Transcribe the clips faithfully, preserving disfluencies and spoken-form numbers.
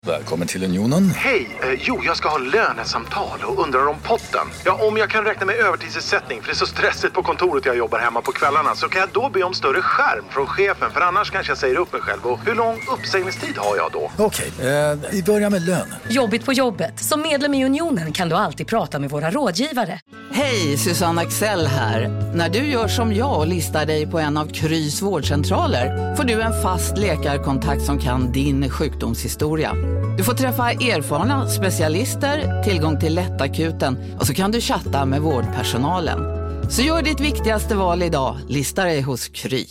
Välkommen till Unionen. Hej, eh, jo jag ska ha lönesamtal och undrar om potten. Ja, om jag kan räkna med övertidsersättning för det är så stressigt på kontoret jag jobbar hemma på kvällarna, så kan jag då be om större skärm från chefen, för annars kanske jag säger upp mig själv. Och hur lång uppsägningstid har jag då? Okej, eh, vi börjar med lön. Jobbigt på jobbet. Som medlem i Unionen kan du alltid prata med våra rådgivare. Hej, Susanne Axel här. När du gör som jag och listar dig på en av Krys vårdcentraler får du en fast läkarkontakt som kan din sjukdomshistoria. Du får träffa erfarna specialister, tillgång till lättakuten och så kan du chatta med vårdpersonalen. Så gör ditt viktigaste val idag, lista dig hos Kry.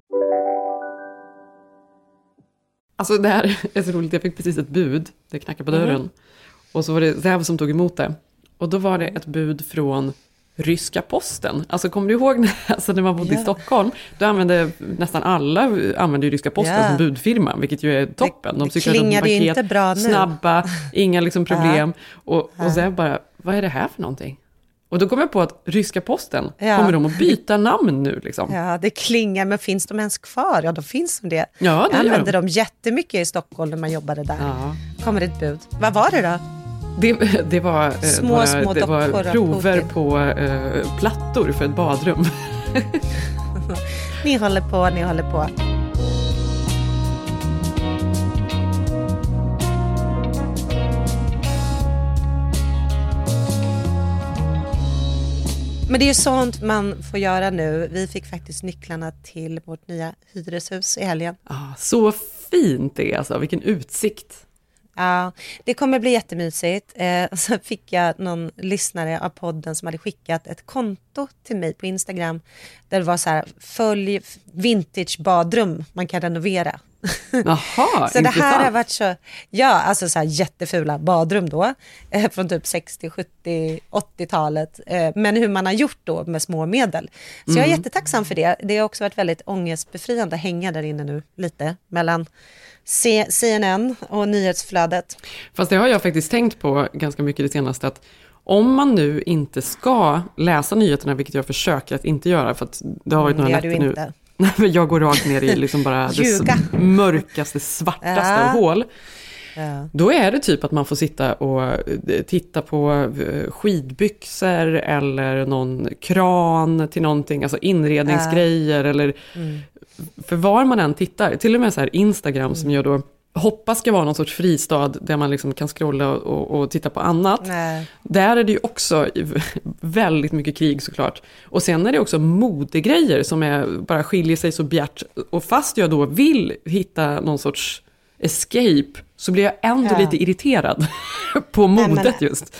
Alltså det här är så roligt, jag fick precis ett bud, det knackade på dörren. Mm. Och så var det Zev som tog emot det. Och då var det ett bud från ryska posten. Alltså kommer du ihåg när, alltså när man bodde yeah. i Stockholm? Då använde nästan alla använde ju ryska posten yeah. som budfirma, vilket ju är toppen. De det klingade ju inte bra nu. Snabba, inga liksom problem. Uh-huh. Och, och Zev bara, vad är det här för någonting? Och då kom jag på att ryska posten, ja. kommer de att byta namn nu liksom? Ja, det klingar, men finns de ens kvar? Ja, de finns som det. Ja, det jag använde de. dem jättemycket i Stockholm när man jobbade där. Ja. Kommer ett bud. Vad var det då? Det, det var, små, bara, små det var prover på, på eh, plattor för ett badrum. Ni håller på, ni håller på. Men det är ju sånt man får göra nu. Vi fick faktiskt nycklarna till vårt nya hyreshus i helgen. Ah, så fint det är alltså, vilken utsikt. Ja, det kommer bli jättemysigt. Eh, och så fick jag någon lyssnare av podden som hade skickat ett konto till mig på Instagram. Där det var så här, följ vintage badrum man kan renovera. Jaha, så det här har varit så, ja, alltså så här jättefula badrum då. Eh, från typ sextio, sjuttio, åttio-talet. Eh, men hur man har gjort då med små medel. Så mm. jag är jättetacksam för det. Det har också varit väldigt ångestbefriande att hänga där inne nu lite. Mellan C- C N N och nyhetsflödet. Fast det har jag faktiskt tänkt på ganska mycket det senaste, att om man nu inte ska läsa nyheterna, vilket jag försöker att inte göra, för att det har varit några nätter nu. Inte. Jag går rakt ner i liksom bara det mörkaste, svartaste ja. hål. Ja. Då är det typ att man får sitta och titta på skidbyxor eller någon kran till någonting, alltså inredningsgrejer ja. eller mm. för var man än tittar, till och med så här Instagram mm. som jag då hoppas ska vara någon sorts fristad där man liksom kan scrolla och, och titta på annat. Nej. Där är det ju också väldigt mycket krig såklart. Och sen är det också modegrejer som är, bara skiljer sig så bjärt. Och fast jag då vill hitta någon sorts escape så blir jag ändå ja. lite irriterad på modet Nej, men, just.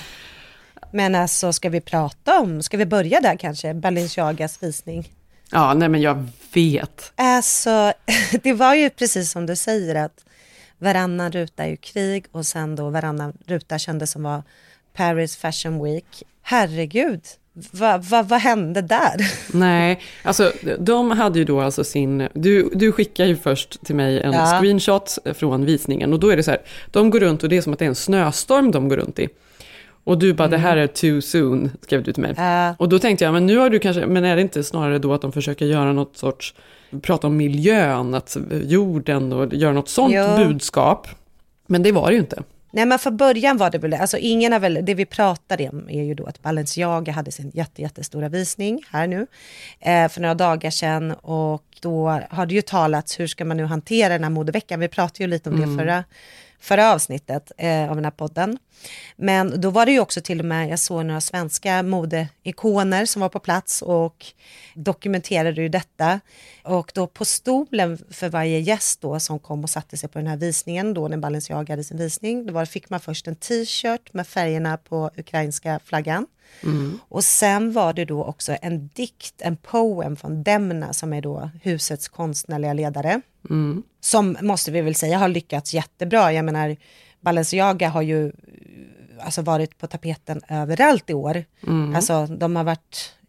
Men alltså, ska vi prata om, ska vi börja där kanske? Balenciagas visning. Ja, nej men jag vet. Alltså, det var ju precis som du säger att varannan ruta är ju krig och sen då varannan ruta kändes som var Paris Fashion Week. Herregud, vad va, va hände där? Nej, alltså de hade ju då alltså sin, du, du skickar ju först till mig en ja. screenshot från visningen och då är det så här, de går runt och det är som att det är en snöstorm de går runt i. Och du bara, mm. det här är too soon, skrev du till mig. Uh. Och då tänkte jag, men nu har du kanske, men är det inte snarare då att de försöker göra något sorts, prata om miljön, att jorden och göra något sånt jo. budskap. Men det var det ju inte. Nej, men för början var det väl, alltså ingen har väl, det vi pratade om är ju då att Balenciaga hade sin jätte, jättestora visning här nu eh, för några dagar sedan och då har det ju talats hur ska man nu hantera den här modeveckan. Vi pratade ju lite om mm. det förra förra avsnittet eh, av den här podden. Men då var det ju också till och med, jag såg några svenska modeikoner som var på plats och dokumenterade ju detta. Och då på stolen för varje gäst då som kom och satte sig på den här visningen, då när Balenciaga hade sin visning, då var, fick man först en t-shirt med färgerna på ukrainska flaggan. Mm. Och sen var det då också en dikt, en poem från Demna som är då husets konstnärliga ledare. Mm. Som måste vi väl säga har lyckats jättebra. Jag menar, Balenciaga har ju alltså varit på tapeten överallt i år. Mm. Alltså de har varit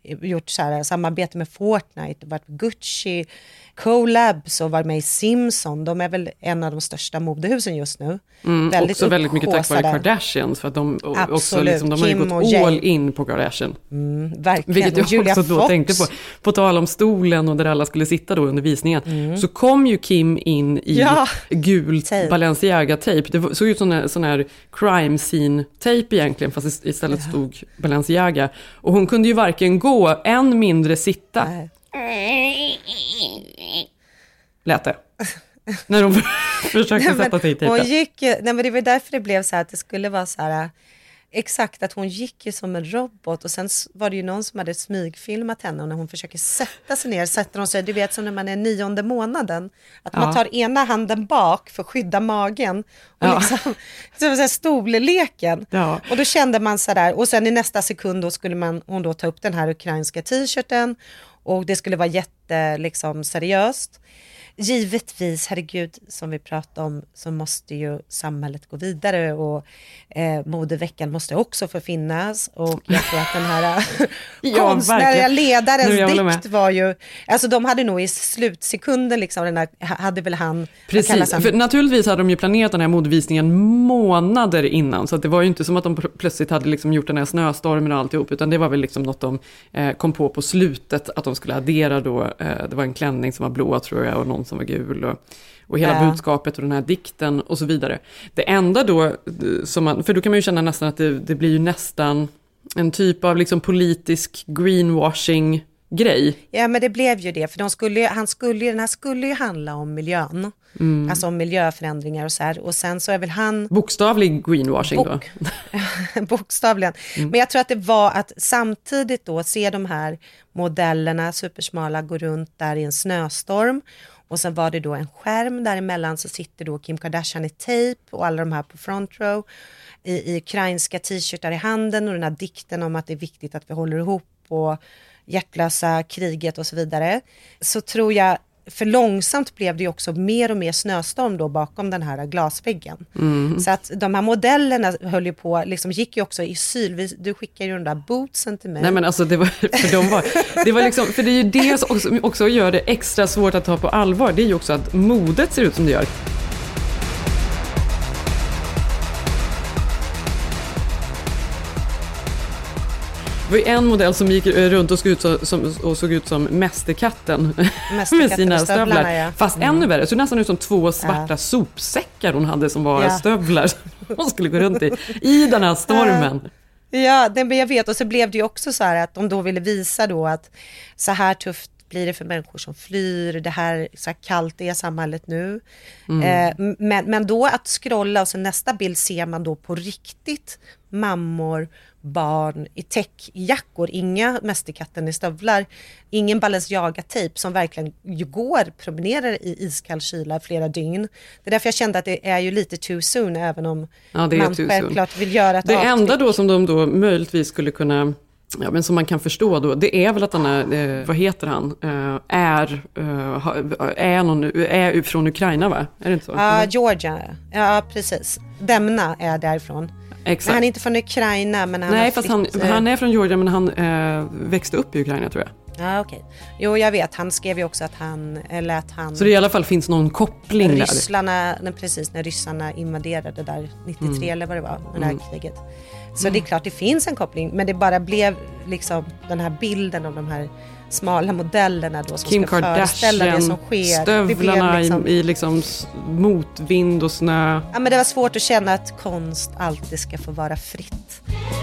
gjort så här, samarbete med Fortnite, varit med Gucci, Collabs och varit med i Simpson. De är väl en av de största modehusen just nu. Mm, väldigt också väldigt mycket tack vare upphaussade. Kardashians, för att de Absolut. också liksom, de har ju Kim gått och Jay. all in på Kardashian. Mm, verkligen. Vilket jag Julia också då Fox. tänkte på. På tal om stolen och där alla skulle sitta då under visningen. Mm. Så kom ju Kim in i Ja. gult Tape. Balenciaga-tejp. Det var- såg ut som en sån här crime scene-tejp egentligen, fast ist- istället ja. stod Balenciaga. Och hon kunde ju varken gå, än mindre sitta. Nej. Lät det. När de försökte Nej, sätta sig i men hon tejpen. gick ju, nej men det var därför det blev så här att det skulle vara så här, exakt att hon gick ju som en robot och sen s- var det ju någon som hade smygfilmat henne och när hon försöker sätta sig ner sätter hon sig, du vet som när man är nionde månaden, att Ja. man tar ena handen bak för att skydda magen och Ja. liksom, så så här stolleken. Ja. Och då kände man så där, och sen i nästa sekund då skulle man, hon då ta upp den här ukrainska t-shirten och det skulle vara jätte liksom seriöst. Givetvis, herregud, som vi pratade om så måste ju samhället gå vidare och eh, modeveckan måste också få finnas och jag tror att den här Ja, konstnärliga verkligen. ledarens Nu, jag håller dikt med. var ju, alltså de hade nog i slutsekunden liksom, den här, hade väl han, vad kallas Precis, han? för naturligtvis hade de ju planerat den här modevisningen månader innan, så att det var ju inte som att de pl- plötsligt hade liksom gjort den här snöstormen och alltihop, utan det var väl liksom något de eh, kom på på slutet, att de skulle addera då, eh, det var en klänning som var blå tror jag och någon som var gul och, och hela Ja. budskapet och den här dikten och så vidare. Det enda då, eh, som man, för då kan man ju känna nästan att det, det blir ju nästan en typ av liksom politisk greenwashing grej. Ja men det blev ju det, för de skulle, ju- han skulle, ju- den här skulle ju handla om miljön, Mm. alltså om miljöförändringar och så här, och sen så är väl han Bokstavlig greenwashing då. Bok- bokstavligen. Mm. Men jag tror att det var att samtidigt då se de här modellerna, supersmala, gå runt där i en snöstorm. Och sen var det då en skärm däremellan så sitter då Kim Kardashian i tejp och alla de här på front row i, i ukrainska t-shirtar i handen och den här dikten om att det är viktigt att vi håller ihop och hjärtlösa kriget och så vidare. Så tror jag, för långsamt blev det ju också mer och mer snöstorm då bakom den här glasväggen. Mm. Så att de här modellerna höll ju på, liksom gick ju också i syl. Vi- Du skickar ju de där bootsen till mig. Nej men alltså det var, för de var, det var liksom, för det är ju det som också, också gör det extra svårt att ta på allvar. Det är ju också att modet ser ut som det gör. Det var ju en modell som gick runt och såg ut, så, som, och såg ut som Mästerkatten Mästerkatten med sina och stövlarna, stövlar. ja. Fast Mm. ännu värre, så nästan ut som två svarta Ja. sopsäckar hon hade som var Ja. stövlar som hon skulle gå runt i, i den här stormen. Ja, det, men jag vet. Och så blev det ju också så här att de då ville visa då att så här tufft blir det för människor som flyr. Det här, så här kallt är samhället nu. Eh, men, men då att scrolla och så nästa bild ser man då på riktigt mammor, barn i täckjackor, inga Mästerkatten i stövlar, ingen Balenciaga-tejp som verkligen ju går, promenerar i iskall kyla flera dygn. Det är därför jag kände att det är ju lite too soon, även om Ja, det är man too soon. självklart vill göra ett Det avtryck. enda då som de då möjligtvis skulle kunna, ja men som man kan förstå då, det är väl att den här, eh, vad heter han, eh, är, eh, ha- är, någon, är från Ukraina va? Är det inte så? Ja, Georgia. Ja, precis. Demna är därifrån. Exakt. Men han är inte från Ukraina, men han Nej, har fast han, flytt, eh, han är från Georgia men han eh, växte upp i Ukraina tror jag. Ja, okej. Jo, jag vet. Han skrev ju också att han, eller att han... Så det i alla fall finns någon koppling där. Rysslarna, när, precis när ryssarna invaderade där nittiotre Mm. eller vad det var, det där kriget. Så det är klart det finns en koppling, men det bara blev liksom den här bilden av de här smala modellerna då som Kim ska föreställa det Kardashian, som sker. Det blev stövlarna liksom, i, i liksom s- motvind och snö. ja, men det var svårt att känna att konst alltid ska få vara fritt.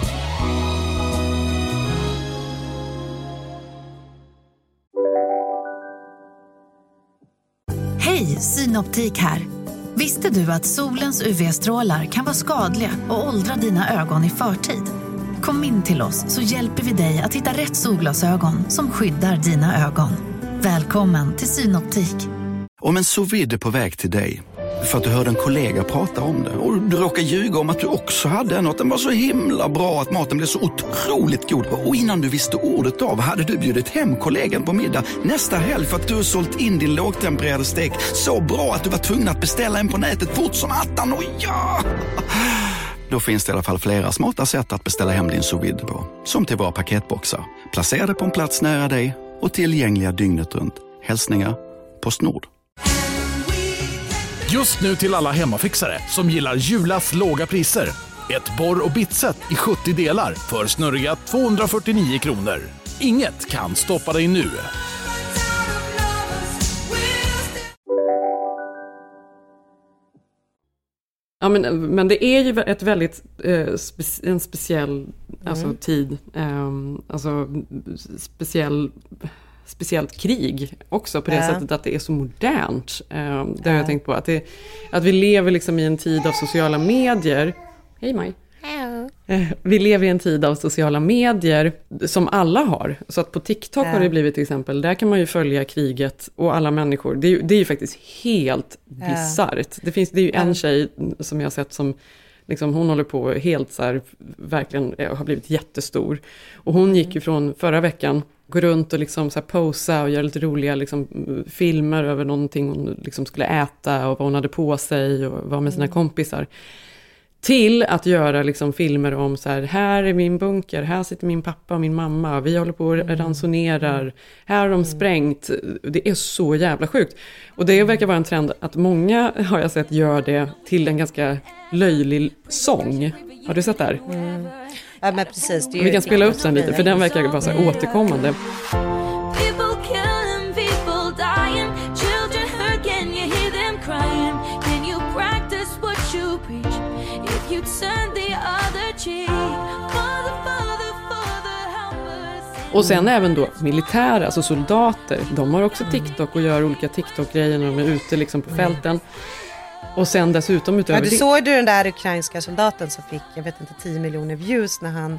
Hej, Synoptik här. Visste du att solens U V-strålar kan vara skadliga och åldra dina ögon i förtid? Kom in till oss så hjälper vi dig att hitta rätt solglasögon som skyddar dina ögon. Välkommen till Synoptik. Om en sous vide är på väg till dig för att du hörde en kollega prata om det och du råkar ljuga om att du också hade en och att den var så himla bra att maten blev så otroligt god. Och innan du visste ordet av hade du bjudit hem kollegan på middag nästa helg för att du har sålt in din lågtempererade stek så bra att du var tvungen att beställa en på nätet fort som attan. Och ja! Då finns det i alla fall flera smarta sätt att beställa hem din sous vide på. Som till våra paketboxar, placerade på en plats nära dig och tillgängliga dygnet runt. Hälsningar Postnord. Just nu till alla hemmafixare som gillar Julas låga priser. Ett borr- och bitset i sjuttio delar för snurriga tvåhundrafyrtionio kronor. Inget kan stoppa dig nu. Ja, men, men det är ju ett väldigt eh, spe, en speciell alltså, Mm. tid. Eh, alltså speciell, speciellt krig också på det Ja. sättet att det är så modernt. Eh, det har Ja. jag tänkt på. Att, det, att vi lever liksom i en tid av sociala medier. Hej Maj. Eh, Vi lever i en tid av sociala medier som alla har. Så att på TikTok Ja. har det blivit till exempel, där kan man ju följa kriget och alla människor. Det är ju, det är ju faktiskt helt Ja. bisarrt. Det finns, det är ju en Ja. tjej som jag har sett som, liksom, hon håller på helt så här, verkligen eh, har blivit jättestor. Och hon gick ju från förra veckan, gå runt och liksom så här posa och göra lite roliga liksom, filmer över någonting hon liksom skulle äta och vad hon hade på sig och vara med sina kompisar. Till att göra liksom filmer om så här, här är min bunker, här sitter min pappa och min mamma, vi håller på och ransonerar, här har de sprängt. Det är så jävla sjukt. Och det verkar vara en trend att många, har jag sett, gör det till en ganska löjlig sång. Har du sett det här? Mm. Ja, men precis. Det är ju Vi kan spela upp den lite, för den verkar vara så här återkommande. People killing, people dying, children hurt, can you hear them crying? Can you practice what you preach? If you turn the other cheek, Father, Father, Father, help us. Och sen även då militära, alltså soldater, de har också TikTok och gör olika TikTok-grejer när de är ute liksom på fälten. Och sen dessutom utöver Ja, du det... såg du den där ukrainska soldaten som fick, jag vet inte, tio miljoner views när han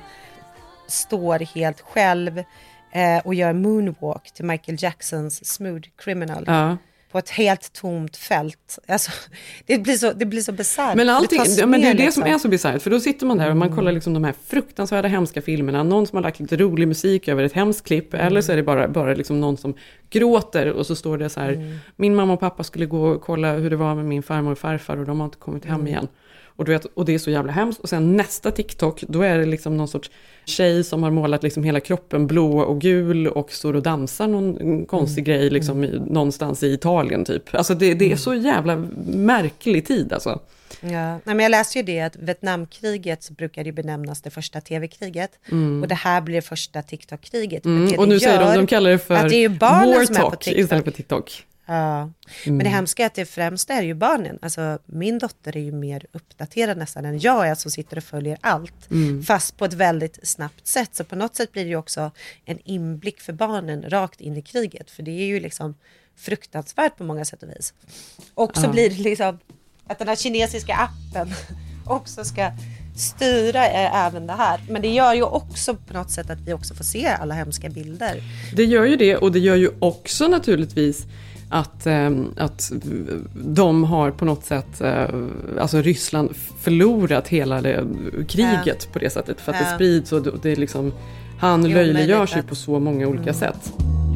står helt själv eh, och gör moonwalk till Michael Jacksons Smooth Criminal. Ja. På ett helt tomt fält. Alltså, det blir så, det blir så bisarrt. Men, allting, tas ja, men det är ner, det liksom. som är så bisarrt, för då sitter man där och man kollar liksom de här fruktansvärda hemska filmerna, någon som har lagt lite rolig musik över ett hemskt klipp, Mm. eller så är det bara, bara liksom någon som gråter och så står det så här, Mm. min mamma och pappa skulle gå och kolla hur det var med min farmor och farfar och de har inte kommit hem Mm. igen. Och, du vet, och det är så jävla hemskt. Och sen nästa TikTok, då är det liksom någon sorts tjej som har målat liksom hela kroppen blå och gul och står och dansar någon konstig Mm. grej liksom i, någonstans i Italien typ. Alltså det, det är så jävla märklig tid alltså. Ja. Nej, men jag läste ju det att Vietnamkriget så brukar det benämnas det första tv-kriget. Mm. Och det här blir det första TikTok-kriget. Mm. Vilket Och nu det säger de, gör de kallar det för att det är ju barnen War som är på Talk TikTok. istället för TikTok. Ja, Mm. men det hemska är att det främst är ju barnen. Alltså min dotter är ju mer uppdaterad nästan än jag är som sitter och följer allt. Mm. Fast på ett väldigt snabbt sätt. Så på något sätt blir det ju också en inblick för barnen rakt in i kriget. För det är ju liksom fruktansvärt på många sätt och vis. Och så Ja. blir det liksom att den här kinesiska appen också ska styra även det här. Men det gör ju också på något sätt att vi också får se alla hemska bilder. Det gör ju det, och det gör ju också naturligtvis att, eh, att de har på något sätt, eh, alltså Ryssland förlorat hela det kriget Ja. på det sättet. För att Ja. det sprids och det, det är liksom, han Det är löjliggörs omöjligt ju att- på så många olika sätt.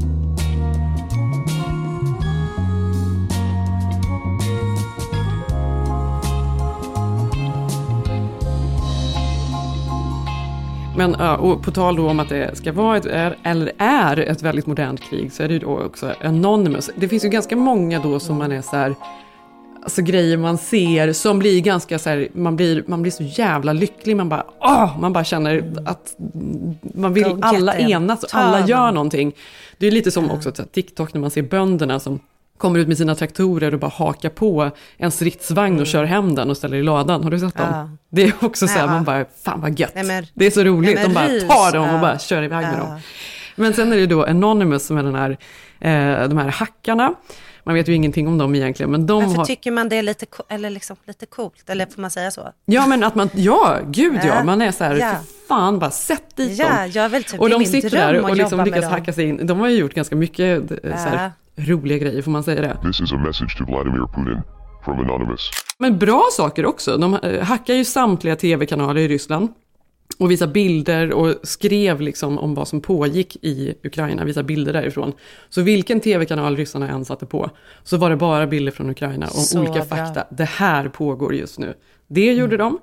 Men ja, och på tal då om att det ska vara ett, är, eller är ett väldigt modernt krig, så är det ju då också Anonymous. Det finns ju ganska många då som man är så här, alltså grejer man ser som blir ganska så här, man blir, man blir så jävla lycklig, man bara, åh, man bara känner att man vill Go alla get them. enas och Ta alla gör dem. någonting. Det är lite som också så här, TikTok när man ser bönderna som kommer ut med sina traktorer och bara hakar på en stridsvagn och kör hem den och ställer i ladan. Har du sett dem? Ja. Det är också så här, Ja. man bara, fan vad gött. Nej, men- det är så roligt, Nej, men de bara rys. tar dem och Ja. bara kör iväg med Ja. dem. Men sen är det då Anonymous som är den här, eh, de här hackarna. Man vet ju ingenting om dem egentligen, men de Varför har... tycker man det är lite, co- eller liksom lite coolt? Eller får man säga så? Ja, men att man, ja, gud ja, Ja. man är så här, Ja. för fan, bara sätt dit Ja, dem. jag vill typ, Och det är de min sitter dröm där och att liksom jobba med lyckas dem. hacka sig in. De har ju gjort ganska mycket eh, så här, roliga grejer, får man säga det. This is a message to Vladimir Putin from Anonymous. Men bra saker också. De eh, hackar ju samtliga tv-kanaler i Ryssland och visar bilder och skrev liksom om vad som pågick i Ukraina, visar bilder därifrån. Så vilken tv-kanal ryssarna än satte på, så var det bara bilder från Ukraina om Så olika bra. fakta. Det här pågår just nu. Det gjorde de.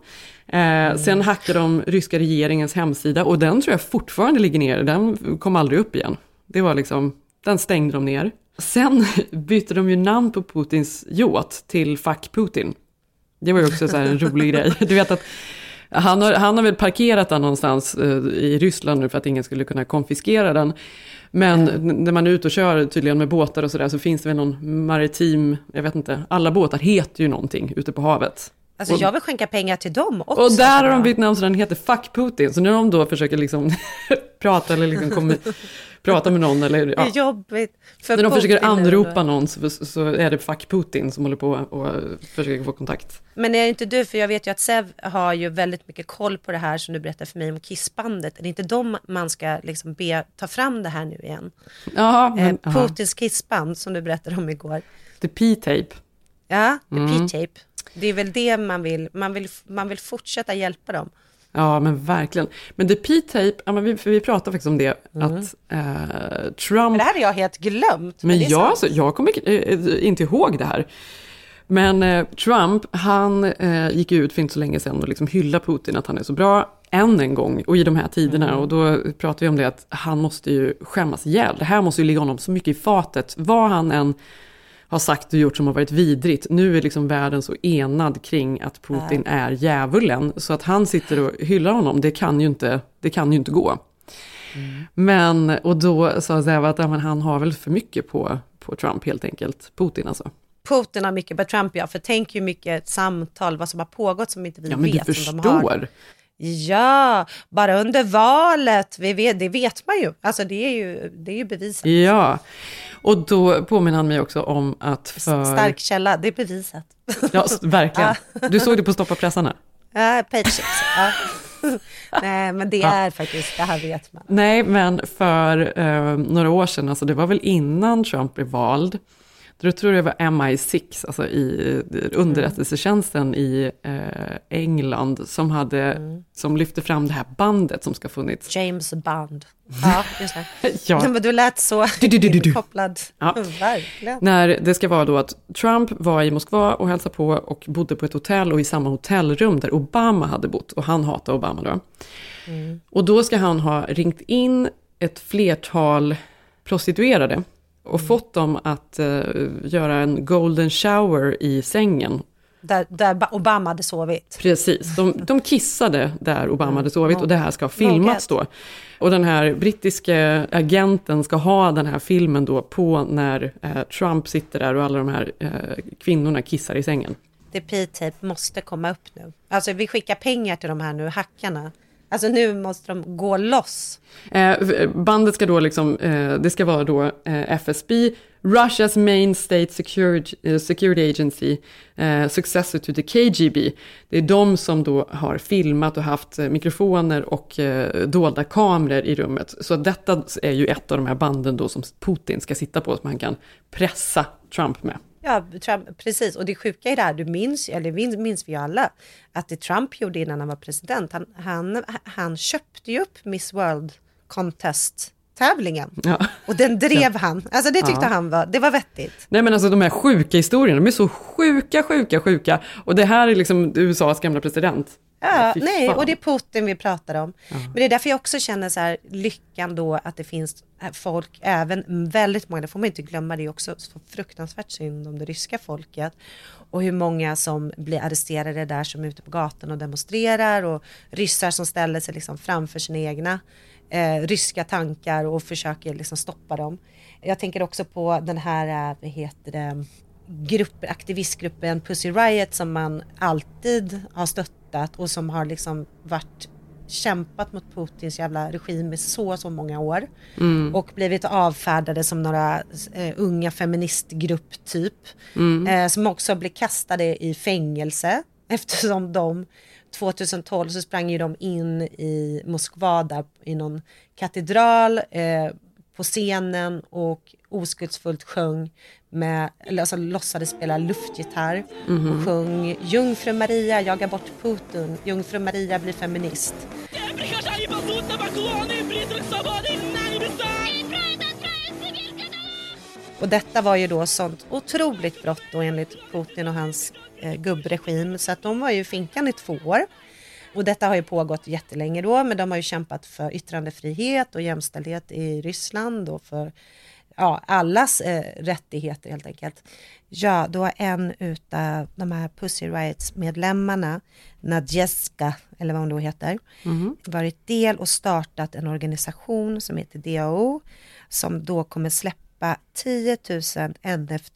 Eh, sen hackade de ryska regeringens hemsida och den tror jag fortfarande ligger ner. Den kom aldrig upp igen. Det var liksom, den stängde de ner. Sen bytte de ju namn på Putins yacht till Fuck Putin. Det var ju också så här en rolig grej. Du vet att han har, han har väl parkerat den någonstans eh, i Ryssland nu för att ingen skulle kunna konfiskera den. Men mm. när man är ute och kör tydligen med båtar och sådär så finns det väl någon maritim, jag vet inte, alla båtar heter ju någonting ute på havet. Alltså och, jag vill skänka pengar till dem också. Och där har de bytt namn så den heter Fuck Putin. Så nu de då försöker liksom prata eller liksom kommer, prata med någon. Eller, ja. Det är jobbigt. När de försöker anropa någon så, så är det Fuck Putin som håller på och försöker få kontakt. Men är inte du, för jag vet ju att Sev har ju väldigt mycket koll på det här som du berättar för mig om Kissbandet. Är det inte dem man ska liksom be ta fram det här nu igen? Ja, men, eh, Putins Kissband som du berättade om igår. The P-tape. Ja, the Mm. P-tape. Det är väl det man vill, man vill, man vill fortsätta hjälpa dem. Ja, men verkligen. Men the P-tape, ja, men vi, för vi pratade faktiskt om det, Mm. att eh, Trump... Men det här har jag helt glömt. Men, men jag, alltså, jag kommer eh, inte ihåg det här. Men eh, Trump, han eh, gick ut för inte så länge sedan och liksom hyllade Putin att han är så bra än en gång. Och i de här tiderna, Mm. och då pratar vi om det att han måste ju skämmas ihjäl. Det här måste ju ligga honom så mycket i fatet. Vad han än har sagt och gjort som har varit vidrigt. Nu är liksom världen så enad kring att Putin Ja. är djävulen. Så att han sitter och hyllar honom, det kan ju inte, det kan ju inte gå. Mm. Men, och då sa Zeva att ja, men han har väl för mycket på, på Trump helt enkelt. Putin alltså. Putin har mycket på Trump, ja. För tänk ju mycket samtal, vad som har pågått som inte vi ja, men vet. du som de har. förstår. Ja, bara under valet, vi vet, det vet man ju. Alltså det är ju, det är ju bevisat. Ja, och då påminner han mig också om att för... Stark källa, det är bevisat. Ja, verkligen. Du såg det på Stoppa pressarna? Ja, page ja. Nej, men det Ja. är faktiskt, det här vet man. Nej, men för eh, några år sedan, alltså det var väl innan Trump blev vald, då tror jag det var M I sex, alltså i eh, underrättelsetjänsten i eh, England, som, hade, mm. som lyfte fram det här bandet som ska funnits. James Bond. Ja, just det. Ja. Men du lät så Du, du, du, du, du. kopplad. Ja. Verkligen. När det ska vara då att Trump var i Moskva och hälsade på och bodde på ett hotell och i samma hotellrum där Obama hade bott. Och han hatade Obama då. Mm. Och då ska han ha ringt in ett flertal prostituerade och mm. fått dem att uh, göra en golden shower i sängen. Där, där Obama hade sovit. Precis, de, de kissade där Obama mm. hade sovit och det här ska ha filmats då. Och den här brittiska agenten ska ha den här filmen då på när eh, Trump sitter där och alla de här eh, kvinnorna kissar i sängen. Det P-tape måste komma upp nu. Alltså vi skickar pengar till de här nu, hackarna. Alltså nu måste de gå loss. Eh, bandet ska då liksom, eh, det ska vara då eh, F S B, Russia's main state security, uh, security agency, uh, successor to the K G B. Det är de som då har filmat och haft uh, mikrofoner och uh, dolda kameror i rummet. Så detta är ju ett av de här banden då som Putin ska sitta på, som han kan pressa Trump med. Ja, Trump, precis. Och det sjuka är det här, du minns, eller minns, minns vi ju alla, att det Trump gjorde innan han var president, han, han, han köpte ju upp Miss World Contest tävlingen. Ja. Och den drev ja. han. Alltså det tyckte ja. han var, det var vettigt. Nej men alltså de här sjuka historierna, de är så sjuka, sjuka, sjuka. Och det här är liksom U S A:s gamla president. Ja, Fy nej, fan. Och det är Putin vi pratar om. Ja. Men det är därför jag också känner så här, lyckan då att det finns folk, även väldigt många, det får man inte glömma, det är också så fruktansvärt synd om det ryska folket. Och hur många som blir arresterade där som är ute på gatan och demonstrerar, och ryssar som ställer sig liksom framför sina egna eh, ryska tankar och försöker liksom stoppa dem. Jag tänker också på den här, vad heter det, grupp, aktivistgruppen Pussy Riot som man alltid har stöttat och som har liksom varit kämpat mot Putins jävla regim i så så många år mm. och blivit avfärdade som några eh, unga feministgrupp typ mm. eh, som också blir kastade i fängelse eftersom de tjugohundratolv så sprang ju de in i Moskva där i någon katedral eh, på scenen och oskuldsfullt sjöng med, eller alltså låtsades spela luftgitarr mm-hmm. och sjöng Jungfru Maria jagar bort Putin, Jungfru Maria blir feminist. Och detta var ju då sånt otroligt brott då enligt Putin och hans eh, gubbregim, så att de var ju finkan i två år. Och detta har ju pågått jättelänge då, men de har ju kämpat för yttrandefrihet och jämställdhet i Ryssland och för ja, allas eh, rättigheter helt enkelt. Ja, då har en utav de här Pussy Riots-medlemmarna, Nadjeska, eller vad hon då heter, mm. varit del och startat en organisation som heter D A O, som då kommer släppa tio tusen N F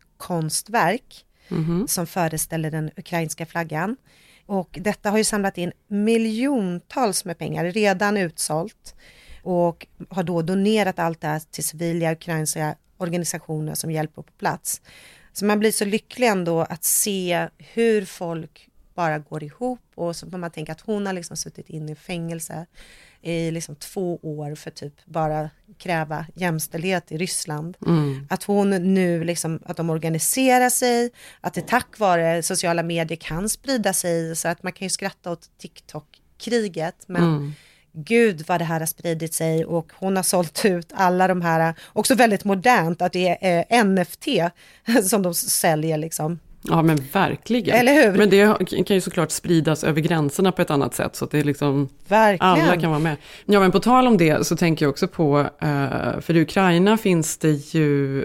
T-konstverk mm. som föreställer den ukrainska flaggan. Och detta har ju samlat in miljontals med pengar, redan utsålt, och har då donerat allt det här till civila ukrainska organisationer som hjälper på plats. Så man blir så lycklig ändå att se hur folk bara går ihop, och så får man tänka att hon har liksom suttit inne i fängelse i liksom två år för typ bara kräva jämställdhet i Ryssland. Mm. Att hon nu liksom, att de organiserar sig, att det tack vare sociala medier kan sprida sig, så att man kan ju skratta åt TikTok-kriget, men mm. gud vad det här har spridit sig, och hon har sålt ut alla de här, också väldigt modernt att det är eh, N F T som de säljer liksom. Ja, men verkligen. Eller hur? Men det kan ju såklart spridas över gränserna på ett annat sätt, så att det är liksom verkligen. Alla kan vara med. Ja, men på tal om det så tänker jag också på, för i Ukraina finns det ju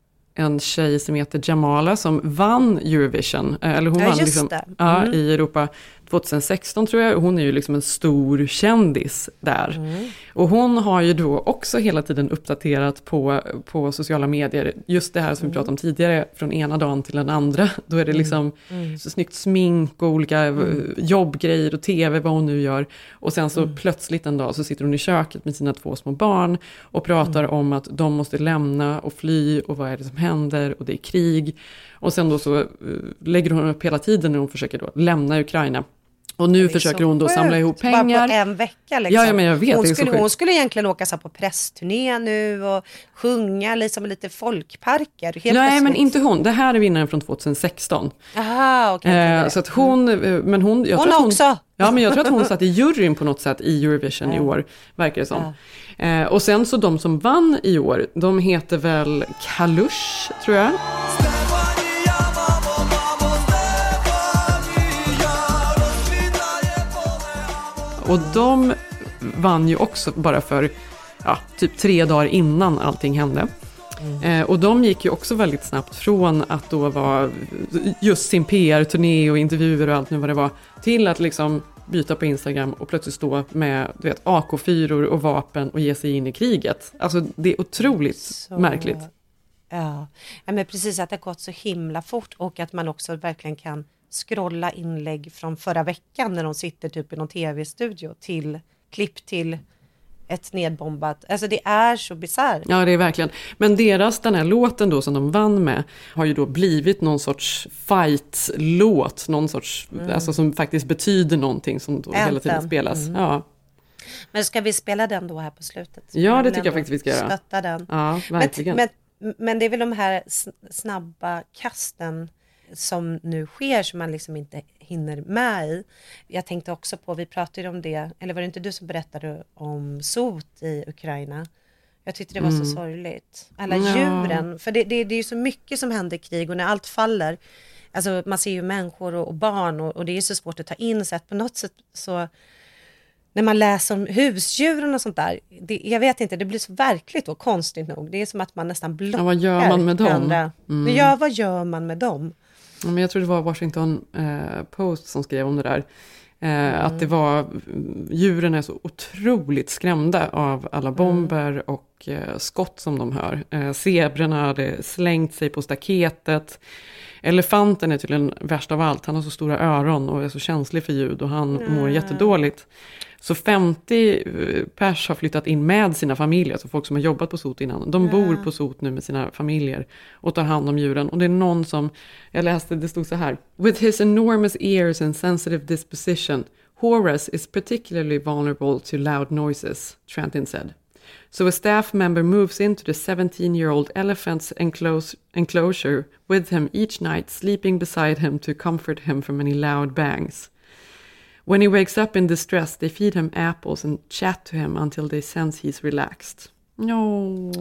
en tjej som heter Jamala som vann Eurovision, eller hon ja, vann liksom, mm. ja, i Europa tjugohundrasexton tror jag. Hon är ju liksom en stor kändis där. Mm. Och hon har ju då också hela tiden uppdaterat på, på sociala medier. Just det här som mm. vi pratade om tidigare, från ena dagen till den andra. Då är det liksom mm. så snyggt smink och olika mm. jobbgrejer och tv, vad hon nu gör. Och sen så mm. plötsligt en dag så sitter hon i köket med sina två små barn och pratar mm. om att de måste lämna och fly, och vad är det som händer, och det är krig. Och sen då så uh, lägger hon upp hela tiden när hon försöker då lämna Ukraina. Och nu försöker hon då sjukt. samla ihop pengar. Bara på en vecka liksom. Ja, ja, men jag vet, hon, det är skulle, så hon skulle egentligen åka så på pressturné nu och sjunga liksom lite folkparker. Helt Nej, plötsligt. men inte hon. Det här är vinnaren från tjugohundrasexton. Aha, okej. Okay, eh, så att hon... Men hon, jag hon tror att hon också. Ja, men jag tror att hon satt i juryn på något sätt i Eurovision ja. i år, verkar det som. Ja. Eh, och sen så de som vann i år, de heter väl Kalush, tror jag. Och de vann ju också bara för ja, typ tre dagar innan allting hände. Mm. Eh, och de gick ju också väldigt snabbt från att då vara just sin P R-turné och intervjuer och allt nu vad det var, till att liksom byta på Instagram och plötsligt stå med du vet, A K fyra och vapen och ge sig in i kriget. Alltså det är otroligt så märkligt. Ja. ja, men precis att det har gått så himla fort, och att man också verkligen kan scrolla inlägg från förra veckan när de sitter typ i någon tv-studio till klipp till ett nedbombat. Alltså det är så bisarrt. Ja, det är verkligen. Men deras, den här låten då som de vann med, har ju då blivit någon sorts fight-låt. Någon sorts, mm. alltså som faktiskt betyder någonting som då hela tiden spelas. Mm. Ja. Men ska vi spela den då här på slutet? Ja, det tycker jag faktiskt vi ska göra. Stötta den. Ja, verkligen. Men, men, men det är väl de här snabba kasten som nu sker som man liksom inte hinner med i. Jag tänkte också på, vi pratade om det, eller var det inte du som berättade om sot i Ukraina? Jag tyckte det var mm. så sorgligt. Alla ja. djuren, för det, det, det är ju så mycket som händer i krig, och när allt faller, alltså man ser ju människor och, och barn, och, och det är så svårt att ta in, så att på något sätt så när man läser om husdjuren och sånt där, det, jag vet inte, det blir så verkligt och konstigt nog. Det är som att man nästan blockar. Ja, vad gör man med dem? Mm. Ja, vad gör man med dem? Men jag tror det var Washington eh, Post som skrev om det där. Eh, mm. Att det var, djuren är så otroligt skrämda av alla bomber mm. och eh, skott som de hör. Eh, zebrorna hade slängt sig på staketet. Elefanten är tydligen värst av allt. Han har så stora öron och är så känslig för ljud, och han mm. mår jättedåligt. Så femtio pers har flyttat in med sina familjer, alltså folk som har jobbat på sot innan. De bor mm. på sot nu med sina familjer och tar hand om djuren. Och det är någon som, jag läste, det stod så här: With his enormous ears and sensitive disposition, Horace is particularly vulnerable to loud noises, Trentin said. So a staff member moves into the seventeen-year-old elephant's enclose, enclosure with him each night, sleeping beside him to comfort him from any loud bangs. When he wakes up in distress, they feed him apples and chat to him until they sense he's relaxed. No.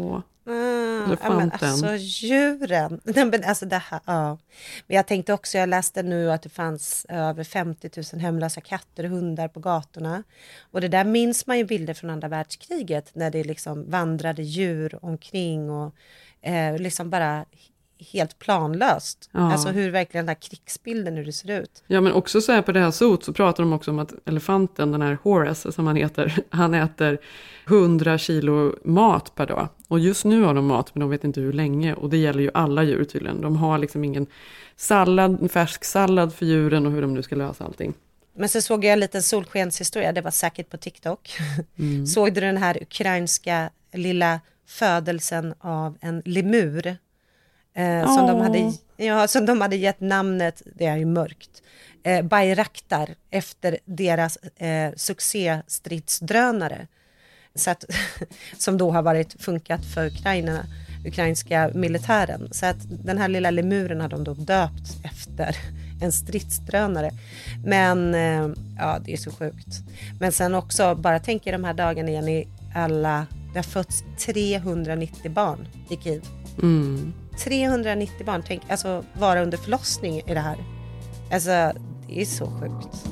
Mm, ja, men alltså djuren. Nej, men alltså det här, ja. Men jag tänkte också, jag läste nu att det fanns över femtio tusen hemlösa katter och hundar på gatorna. Och det där minns man ju bilder från andra världskriget när det liksom vandrade djur omkring och eh, liksom bara helt planlöst. Ja. Alltså hur verkligen den här krigsbilden, hur det ser ut. Ja, men också så här på det här sot så pratar de också om att elefanten, den här Horace som han heter, han äter hundra kilo mat per dag. Och just nu har de mat, men de vet inte hur länge. Och det gäller ju alla djur tydligen. De har liksom ingen sallad, färsk sallad för djuren och hur de nu ska lösa allting. Men så såg jag en liten solskenshistoria, det var säkert på TikTok. Mm. Såg du den här ukrainska lilla födelsen av en lemur? Eh, som, de hade, ja, som de hade gett namnet, det är ju mörkt, eh, Bayraktar efter deras eh, succéstridsdrönare. Så att, som då har varit funkat för Ukraina, ukrainska militären. Så att den här lilla lemuren har de då döpt efter en stridsdrönare. Men eh, ja, det är så sjukt. Men sen också, bara tänk er de här dagarna igen i alla, det har fötts trehundranittio barn i Kiev. Mm. trehundranittio barn, tänk, alltså vara under förlossning i det här. Alltså det är så sjukt.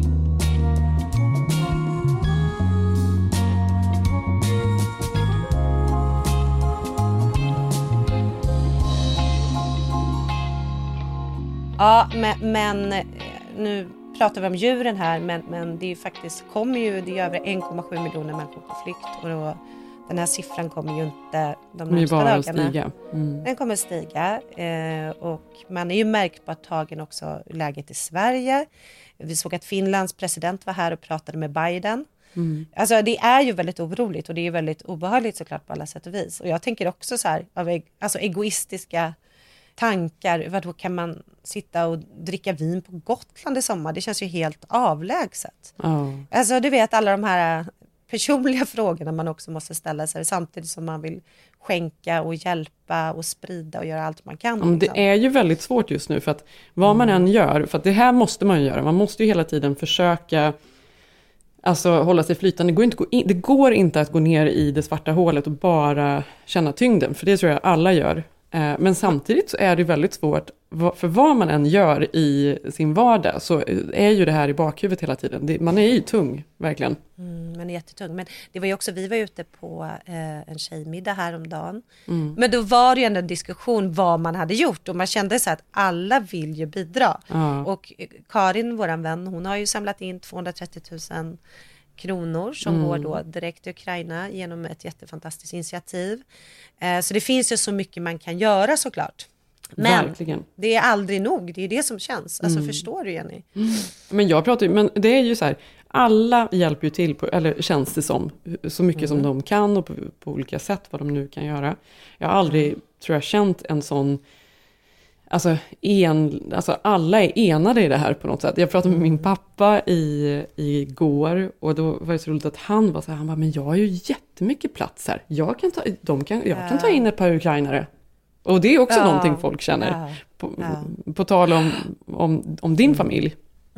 Ja, men, men nu pratar vi om djuren här, men, men det är ju faktiskt, kommer ju, det är över en komma sju miljoner människor på flykt och då, den här siffran kommer ju inte de närmsta dagarna. Stiga. Mm. Den kommer stiga eh, och man är ju märkbart tagen också läget i Sverige. Vi såg att Finlands president var här och pratade med Biden. Mm. Alltså det är ju väldigt oroligt och det är väldigt obehagligt såklart på alla sätt och vis. Och jag tänker också så här, av alltså egoistiska tankar, vadå, kan man sitta och dricka vin på Gotland i sommar? Det känns ju helt avlägset. Oh. Alltså du vet alla de här personliga frågorna man också måste ställa sig samtidigt som man vill skänka och hjälpa och sprida och göra allt man kan. Liksom. Det är ju väldigt svårt just nu för att vad man än gör, för att det här måste man ju göra, man måste ju hela tiden försöka alltså hålla sig flytande. Det går inte, gå in, det går inte att gå ner i det svarta hålet och bara känna tyngden, för det tror jag alla gör. Men samtidigt så är det väldigt svårt, för vad man än gör i sin vardag så är ju det här i bakhuvudet hela tiden. Man är ju tung, verkligen. Mm, man är jättetung. Men det var ju också, vi var ute på eh, en tjejmiddag häromdagen. Mm. Men då var det ju en diskussion vad man hade gjort. Och man kände så att alla vill ju bidra. Ja. Och Karin, våran vän, hon har ju samlat in tvåhundratrettio tusen kronor som Mm. går då direkt till Ukraina genom ett jättefantastiskt initiativ. Eh, så det finns ju så mycket man kan göra såklart. Men Verkligen. det är aldrig nog, det är det som känns. Alltså Mm. förstår du, Jenny? Mm. Men jag pratar ju, men det är ju så här, alla hjälper ju till, på, eller känns det som, så mycket Mm. som de kan och på, på olika sätt vad de nu kan göra. Jag har aldrig, mm. tror jag, känt en sån, alltså, en, alltså alla är enade i det här på något sätt. Jag pratade med min pappa i, igår och då var det så roligt att han var så här, han bara, men jag har ju jättemycket plats här. Jag kan ta, de kan, jag kan ta in ett par ukrainare. Och det är också ja. någonting folk känner. Ja. På, Ja. på tal om, om, om din familj.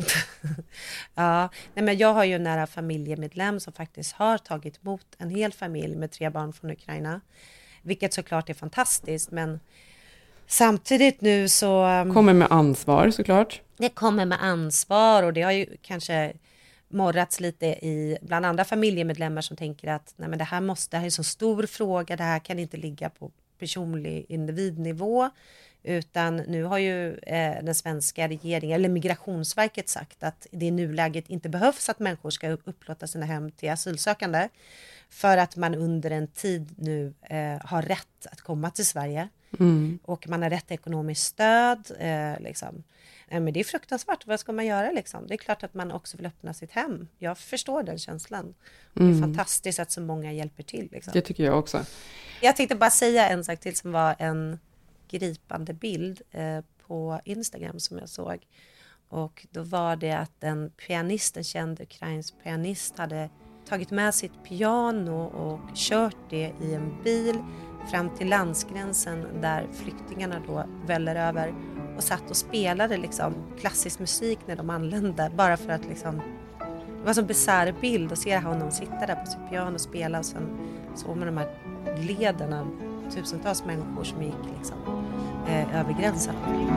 Ja, nej men jag har ju en nära familjemedlem som faktiskt har tagit emot en hel familj med tre barn från Ukraina. Vilket såklart är fantastiskt, men samtidigt nu så... Kommer med ansvar såklart. Det kommer med ansvar och det har ju kanske morrats lite i bland andra familjemedlemmar som tänker att nej men det här måste, det här är en så stor fråga, det här kan inte ligga på personlig individnivå. Utan nu har ju eh, den svenska regeringen, eller Migrationsverket, sagt att det i nuläget inte behövs att människor ska upplåta sina hem till asylsökande. För att man under en tid nu eh, har rätt att komma till Sverige. Mm. Och man har rätt till ekonomiskt stöd. Eh, liksom. eh, men det är fruktansvärt, vad ska man göra liksom? Det är klart att man också vill öppna sitt hem. Jag förstår den känslan. Mm. Det är fantastiskt att så många hjälper till. Liksom. Det tycker jag också. Jag tänkte bara säga en sak till som var en gripande bild eh, på Instagram som jag såg. Och då var det att en pianist, en känd ukrainsk pianist, hade tagit med sitt piano och kört det i en bil fram till landsgränsen där flyktingarna då väller över och satt och spelade liksom klassisk musik när de anlände, bara för att liksom, det var en så bisarr bild att se honom sitta där på sitt piano och spela och sen så med de här lederna tusentals människor som gick liksom, eh, över gränsen.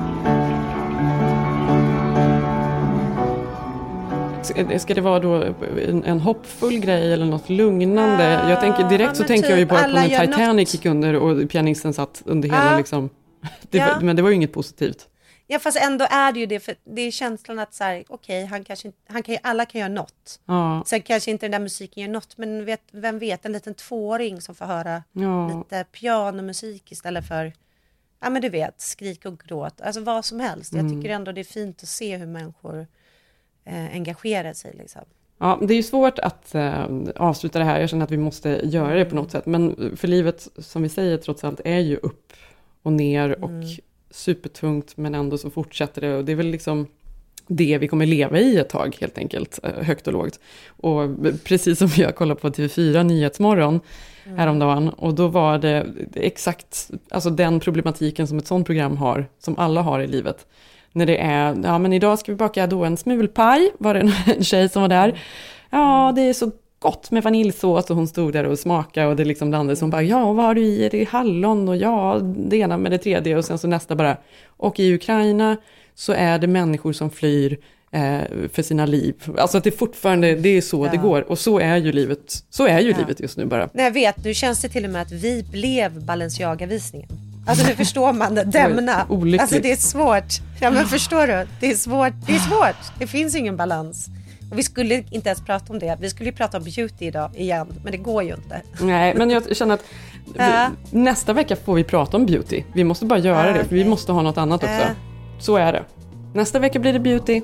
Ska det vara då en, en hoppfull grej eller något lugnande? Jag tänker, direkt ja, så typ tänker jag ju bara på när Titanic något. gick under och pianisten satt under hela ja. liksom. Det ja. var, men det var ju inget positivt. Ja, fast ändå är det ju det, för det är känslan att så här, okej, okay, han kanske inte, han kan, alla kan göra något. Ja. Sen kanske inte den där musiken gör något, men vet, vem vet, en liten tvååring som får höra ja. lite pianomusik istället för, ja men du vet, skrik och gråt, alltså vad som helst. Jag Mm. tycker ändå det är fint att se hur människor eh, engagerar sig liksom. Ja, det är ju svårt att äh, avsluta det här. Jag känner att vi måste göra det på något sätt. Men för livet, som vi säger, trots allt är ju upp och ner och mm. supertungt, men ändå så fortsätter det. Och det är väl liksom det vi kommer leva i ett tag, helt enkelt, högt och lågt. Och precis som jag kollade på T V fyra Nyhetsmorgon mm. häromdagen, och då var det exakt alltså den problematiken som ett sånt program har, som alla har i livet. När det är, ja men idag ska vi baka då en smulpaj, var det en tjej som var där. Ja, det är så gott med vaniljsås, och hon stod där och smakade och det liksom landade. Så hon bara, ja vad har du i? Det är hallon och ja, det ena med det tredje. Och sen så nästa bara, och i Ukraina så är det människor som flyr eh, för sina liv. Alltså att det fortfarande, det är så ja. det går. Och så är ju livet, så är ju ja. livet just nu bara. Nej, jag vet, nu känns det till och med att vi blev Balenciaga-visningen. Alltså nu förstår man det, dämna. Olyckligt. Alltså det är svårt. Ja men förstår du? Det är svårt. Det är svårt. Det finns ingen balans. Och vi skulle inte ens prata om det. Vi skulle ju prata om beauty idag igen. Men det går ju inte. Nej, men jag känner att vi, äh. nästa vecka får vi prata om beauty. Vi måste bara göra äh, det. För vi måste ha något annat också. Äh. Så är det. Nästa vecka blir det beauty.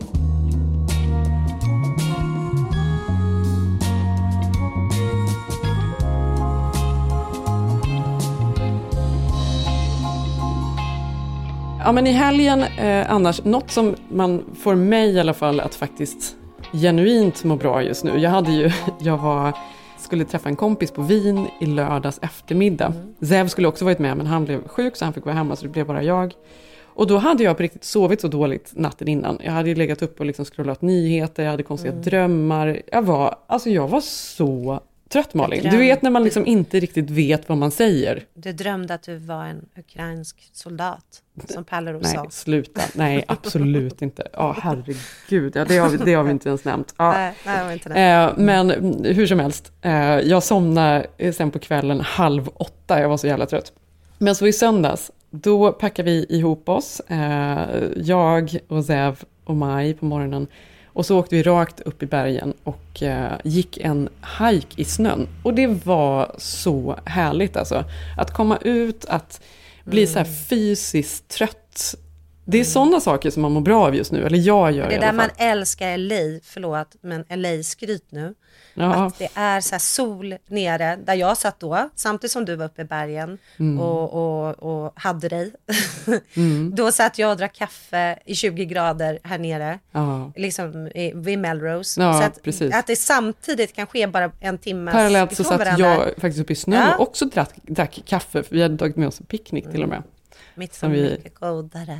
Ja, men i helgen eh, annars, något som man får mig i alla fall att faktiskt genuint må bra just nu. Jag hade ju, jag var, skulle träffa en kompis på Wien i lördags eftermiddag. Mm. Zev skulle också varit med, men han blev sjuk så han fick vara hemma, så det blev bara jag. Och då hade jag på riktigt sovit så dåligt natten innan. Jag hade ju legat upp och liksom scrollat nyheter, jag hade konstiga mm. drömmar. Jag var, alltså jag var så trött, Malin. Du vet när man liksom inte riktigt vet vad man säger. Du drömde att du var en ukrainsk soldat, som Paolo Nej, sa. sluta. Nej, absolut inte. Ja, herregud. Ja, det, har vi, det har vi inte ens nämnt. Ja. Nej, nej, det var inte det. Eh, men hur som helst. Eh, jag somnade sen på kvällen halv åtta. Jag var så jävla trött. Men så i söndags, då packade vi ihop oss. Eh, jag och Zev och Maj på morgonen. Och så åkte vi rakt upp i bergen och eh, gick en hike i snön. Och det var så härligt alltså. Att komma ut, att bli mm. så här fysiskt trött. Det är mm. sådana saker som man mår bra av just nu. Eller jag gör det i där alla fall. Man älskar L A, förlåt, men L A-skryt nu. Ja. Att det är så här sol nere, där jag satt då, samtidigt som du var uppe i bergen mm. och, och, och hade dig. mm. Då satt jag och drack kaffe i tjugo grader här nere, ja. liksom i, vid Melrose. Ja, så att, precis. att det samtidigt kan ske bara en timme. Parallellt så satt varandra. jag faktiskt uppe i snön ja. och också drack, drack kaffe. För vi hade tagit med oss en picknick mm. till och med. Mitt som vi... mycket godare.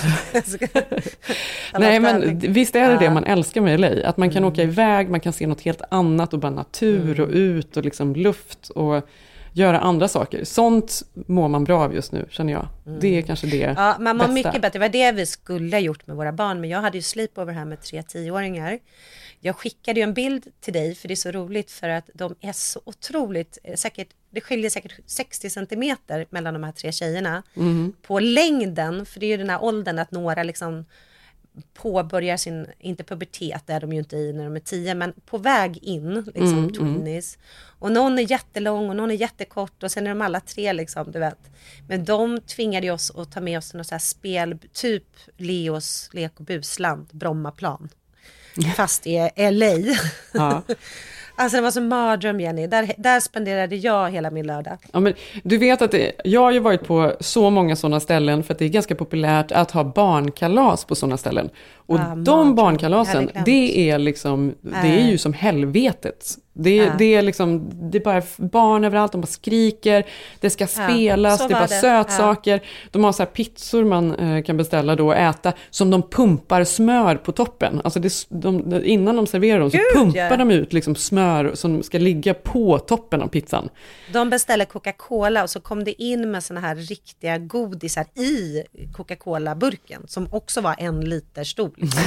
Nej, men visst är det ja. det man älskar med L A. Att man kan mm. åka iväg, man kan se något helt annat och bara natur mm. och ut och liksom luft och göra andra saker. Sånt mår man bra av just nu, känner jag. Mm. Det är kanske det Ja, man mår bästa. mycket bättre. Det var det vi skulle ha gjort med våra barn. Men jag hade ju sleepover här med tre tioåringar. Jag skickade ju en bild till dig, för det är så roligt, för att de är så otroligt, säkert, det skiljer säkert sextio centimeter mellan de här tre tjejerna. Mm. På längden, för det är ju den här åldern att några liksom påbörjar sin, inte pubertet, det är de ju inte i när de är tio, men på väg in, liksom mm, twinnies. Mm. Och någon är jättelång och någon är jättekort och sen är de alla tre liksom, du vet. Men de tvingade ju oss att ta med oss något så här spel, typ Leos lek- och busland, Brommaplan. Fast i L A. Ja. Alltså det var så mardröm, Jenny. Där, där spenderade jag hela min lördag. Ja, men du vet att det, jag har ju varit på så många sådana ställen, för att det är ganska populärt att ha barnkalas på sådana ställen. Och ah, de barnkalasen, det är liksom, det är ju som helvetet. Det, Ja. det är liksom, det är bara barn överallt, de bara skriker, det ska spelas, så det är bara var det. sötsaker. Ja. De har så här pizzor man eh, kan beställa då och äta, som de pumpar smör på toppen. Alltså det, de, innan de serverar dem så Gud, pumpar ja. de ut liksom smör som ska ligga på toppen av pizzan. De beställer Coca-Cola och så kom det in med såna här riktiga godisar i Coca-Cola-burken som också var en liter stor. Liksom.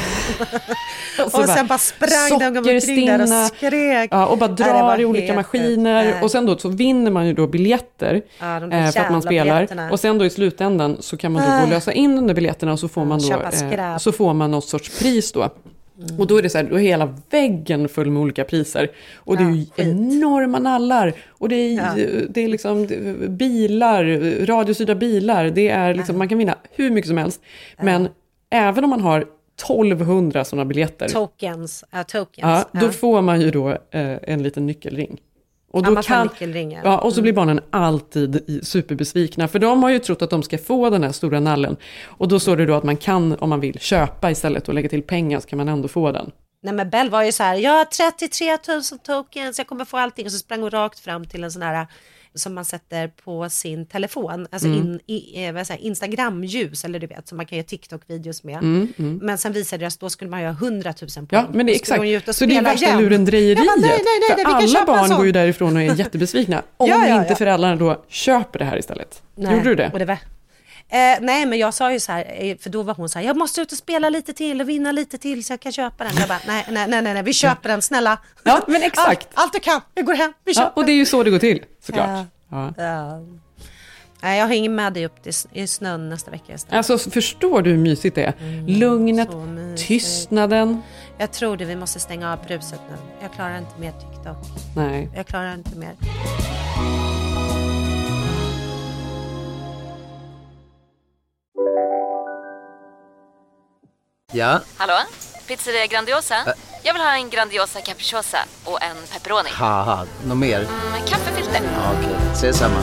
och, så och sen bara sprang de omkring där och skrek. Ja, och bara Nej, det drar var i olika helt maskiner. sjukt. Och sen då så vinner man ju då biljetter Ja, de där eh, för att man jävla spelar. biljetterna. Och sen då i slutändan så kan man då gå och lösa in de där biljetterna och så får man då köpa eh, skräp. så får man något sorts pris då. Mm. Och då är det så här, då är hela väggen full med olika priser. Och det är ju Ja, skit. enorma nallar. Och det är, Ja. det är liksom bilar, radiostyrda bilar. Det är liksom, man kan vinna hur mycket som helst. Men även om man har tolvhundra sådana biljetter. Tokens. Ja, tokens. Ja, då Ja. får man ju då eh, en liten nyckelring. Och, Ja, då man får kan, nyckelringar. ja, och så blir barnen alltid i- superbesvikna. För de har ju trott att de ska få den här stora nallen. Och då står det då att man kan, om man vill, köpa istället och lägga till pengar, så kan man ändå få den. Nej, men Bell var ju så här, jag har trettiotre tusen tokens, jag kommer få allting. Och så sprang hon rakt fram till en sån här som man sätter på sin telefon, alltså Mm. in, i, eh, vad säger, Instagram-ljus, eller du vet, som man kan göra TikTok-videos med. Mm, mm. Men sen visade det att då skulle man ju ha hundratusen poäng. Ja, men det är Då skulle hon ju ut exakt. och Så det är spela värsta igen. lurendrejeriet. Ja, men nej, nej, nej, För vi kan alla köpa en barn sån. går ju därifrån och är jättebesvikna. Om Ja, ja, inte ja. föräldrarna då köper det här istället. Nej, Gjorde du det? Och det var, eh, nej, men jag sa ju så här, eh, för då var hon så här, jag måste ut och spela lite till och vinna lite till så jag kan köpa den. Jag bara, nej, nej, nej, nej, nej vi köper den, snälla. Ja, men exakt. Allt, allt du kan, vi går hem, vi köper. Ja, och det är ju så det går till, såklart. Ja. Ja. Ja. Nej, jag har ingen med dig upp till s- i snön nästa vecka istället. Alltså, förstår du hur mysigt det är? Lugnet, så mysigt. tystnaden. Jag tror det, vi måste stänga av bruset nu. Jag klarar inte mer TikTok. Nej. Jag klarar inte mer. Ja, Hallå? Pizzeria Grandiosa? Jag vill ha en Grandiosa capriciosa och en pepperoni. haha, något mer? Med kaffefilter. Ja, okej, ses samma.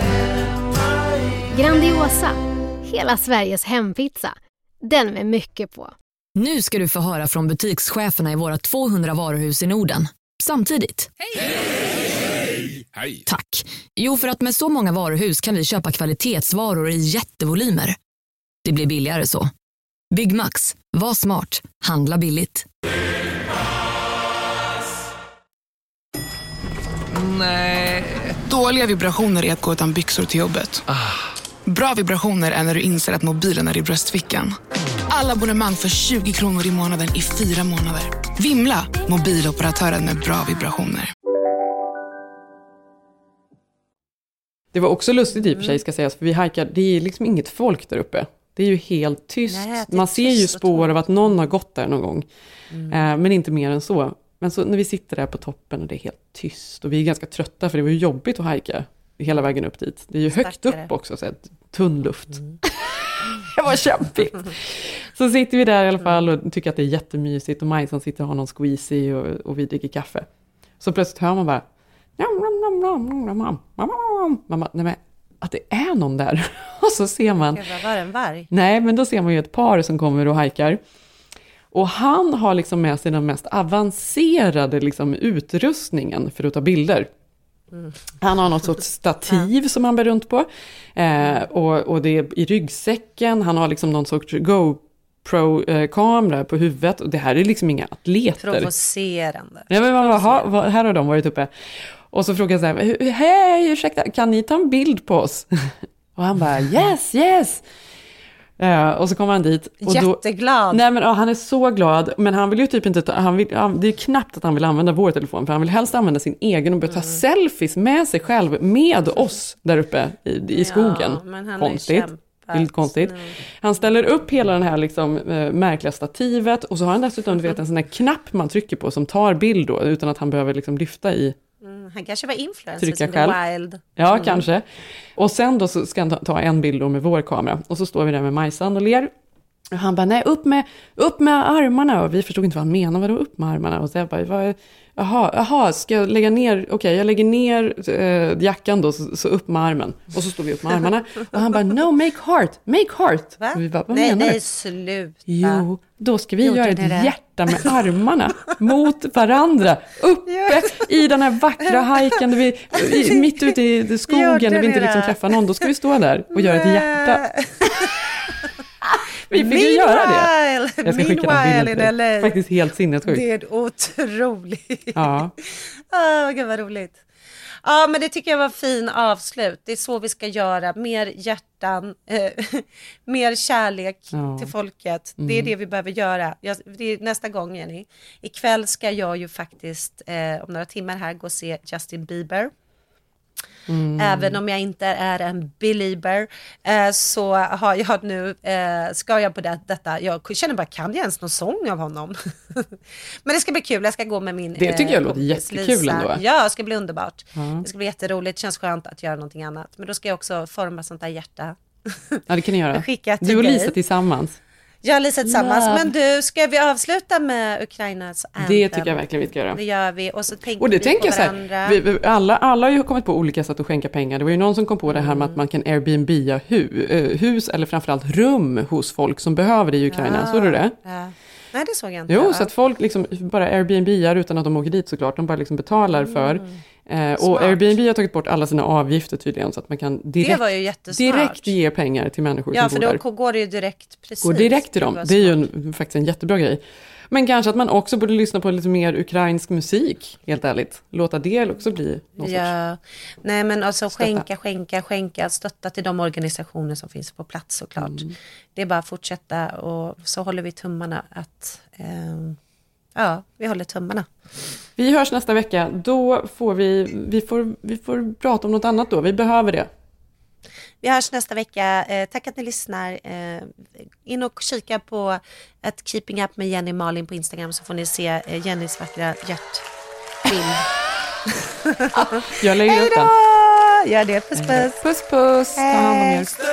Grandiosa, hela Sveriges hempizza. Den med mycket på. Nu ska du få höra från butikscheferna i våra tvåhundra varuhus i Norden. Samtidigt. Hej! Hej! Tack. Jo, för att med så många varuhus kan vi köpa kvalitetsvaror i jättevolymer. Det blir billigare så. Byggmax. Var smart. Handla billigt. Nej. Dåliga vibrationer är att gå utan byxor till jobbet. Bra vibrationer är när du inser att mobilen är i bröstfickan. Alla abonnemang för tjugo kronor i månaden i fyra månader. Vimla! Mobiloperatören med bra vibrationer. Det var också lustigt i och för sig, ska sägas, för vi hajkar, det är liksom inget folk där uppe. Det är ju helt tyst. Nej, det är Man ser ju tyst och spår tomt. av att någon har gått där någon gång. Mm. Eh, men inte mer än så. Men så när vi sitter där på toppen och det är helt tyst. Och vi är ganska trötta, för det var ju jobbigt att hajka hela vägen upp dit. Det är ju högt Stackare. upp också, så här, tunn luft. Det var kämpigt. Så sitter vi där i alla fall och tycker att det är jättemysigt. Och Majsan sitter och har någon squeezy och, och vi dricker kaffe. Så plötsligt hör man bara... Mamma, nej men, att det är någon där. Och så ser man... Gud, vad var det, en varg? Nej, men då ser man ju ett par som kommer och hajkar. Och han har liksom med sig den mest avancerade liksom utrustningen för att ta bilder. Mm. Han har något sorts stativ som han bär runt på. Eh, och, och det är i ryggsäcken. Han har liksom någon sorts GoPro-kamera på huvudet. Och det här är liksom inga atleter. Provocerande. Ja, men man bara, ha, va, här har de varit uppe. Och så frågar jag så här, hej, ursäkta, kan ni ta en bild på oss? Och han bara, yes, yes. Uh, och så kommer han dit. Och Jätteglad. Då, nej, men, ja, han är så glad. Men han vill ju typ inte ta, han vill, han, det är knappt att han vill använda vår telefon. För han vill helst använda sin egen och börja ta selfies med sig själv. Med oss där uppe i, i skogen. Ja, men han har ju konstigt. kämpat. Vilt konstigt. Mm. Han ställer upp hela den här liksom, äh, märkliga stativet. Och så har han dessutom du vet, en sån här knapp man trycker på som tar bild då. Utan att han behöver liksom, lyfta i. Mm, han kanske var influencer Trycka som själv. The Wild. Ja, Mm. kanske. Och sen då så ska han ta, ta en bild då med vår kamera. Och så står vi där med Majsan och ler. Och han bara, nej, upp med, upp med armarna. Och vi förstod inte vad han menade, vadå upp med armarna? Och så jag bara, vad, jaha, jaha, ska jag lägga ner, okej, okay, jag lägger ner eh, jackan då, så, så upp med armen. Och så står vi upp med armarna. Och han bara, no, make heart, make heart. Va? Och vi bara, vad nej, menar nej, du? sluta. Jo, då ska vi Gjorde göra ni ett det? hjärta med armarna mot varandra. Uppe i den här vackra hajken, där vi, i, mitt ute i skogen, Gjorde där vi inte ni liksom det? träffar någon. Då ska vi stå där och göra ett hjärta. Vi fick ju Meanwhile, göra det. Jag ska skicka den bilden in till L A. dig. Faktiskt helt sinnessjukt. Det är otroligt. Ja. Oh, gud vad roligt. Ja, men det tycker jag var en fin avslut. Det är så vi ska göra. Mer hjärtan, eh, mer kärlek Ja. till folket. Mm. Det är det vi behöver göra. Jag, det är nästa gång, Jenny. Ikväll ska jag ju faktiskt eh, om några timmar här gå och se Justin Bieber. Mm. Även om jag inte är en belieber eh, så har jag nu, eh, ska jag på det, detta, jag känner bara, kan jag ens någon sång av honom? Men det ska bli kul, jag ska gå med min Det tycker jag eh, låter kompis jättekul Lisa. ändå. Ja, det ska bli underbart. Ja. Det ska bli jätteroligt, det känns skönt att göra någonting annat. Men då ska jag också forma sånt där hjärta. Ja, det kan ni göra. Skicka till Du och dig. Lisa tillsammans. Jag och Lisa tillsammans. Love. Men du, ska vi avsluta med Ukrainas anthem? Det tycker jag verkligen vi ska göra. Det gör vi. Och så tänker Och det vi tänker på jag så varandra. här, vi, vi, alla, alla har ju kommit på olika sätt att skänka pengar. Det var ju någon som kom på det här med att man kan Airbnb hu, eh, hus eller framförallt rum hos folk som behöver det i Ukraina. Ja, Såg du det? Ja. Nej, det såg jag inte. Jo, Ja. så att folk liksom bara Airbnb-ar utan att de åker dit såklart. De bara liksom betalar för. Eh, och Smart. Airbnb har tagit bort alla sina avgifter tydligen. Så att man kan direkt, Det var ju jättesmart. direkt ge pengar till människor Ja, som för bor där. då går det ju direkt, precis. Går direkt till dem. var Det är ju smart. en, faktiskt en jättebra grej. Men kanske att man också borde lyssna på lite mer ukrainsk musik, helt ärligt. Låta det också bli någon Ja, nej men alltså Stötta. skänka, skänka, skänka, stötta till de organisationer som finns på plats såklart. Mm. Det är bara att fortsätta och så håller vi tummarna att, eh, ja, vi håller tummarna. Vi hörs nästa vecka. Då får vi, vi får, vi får prata om något annat då. Vi behöver det. Vi hörs nästa vecka. Eh, tack att ni lyssnar. Eh, in och kika på ett Keeping Up med Jenny Malin på Instagram så får ni se eh, Jennys vackra hjärtbild. Jag lägger upp den. Gör det. Puss puss. Puss puss. Ta hand om er.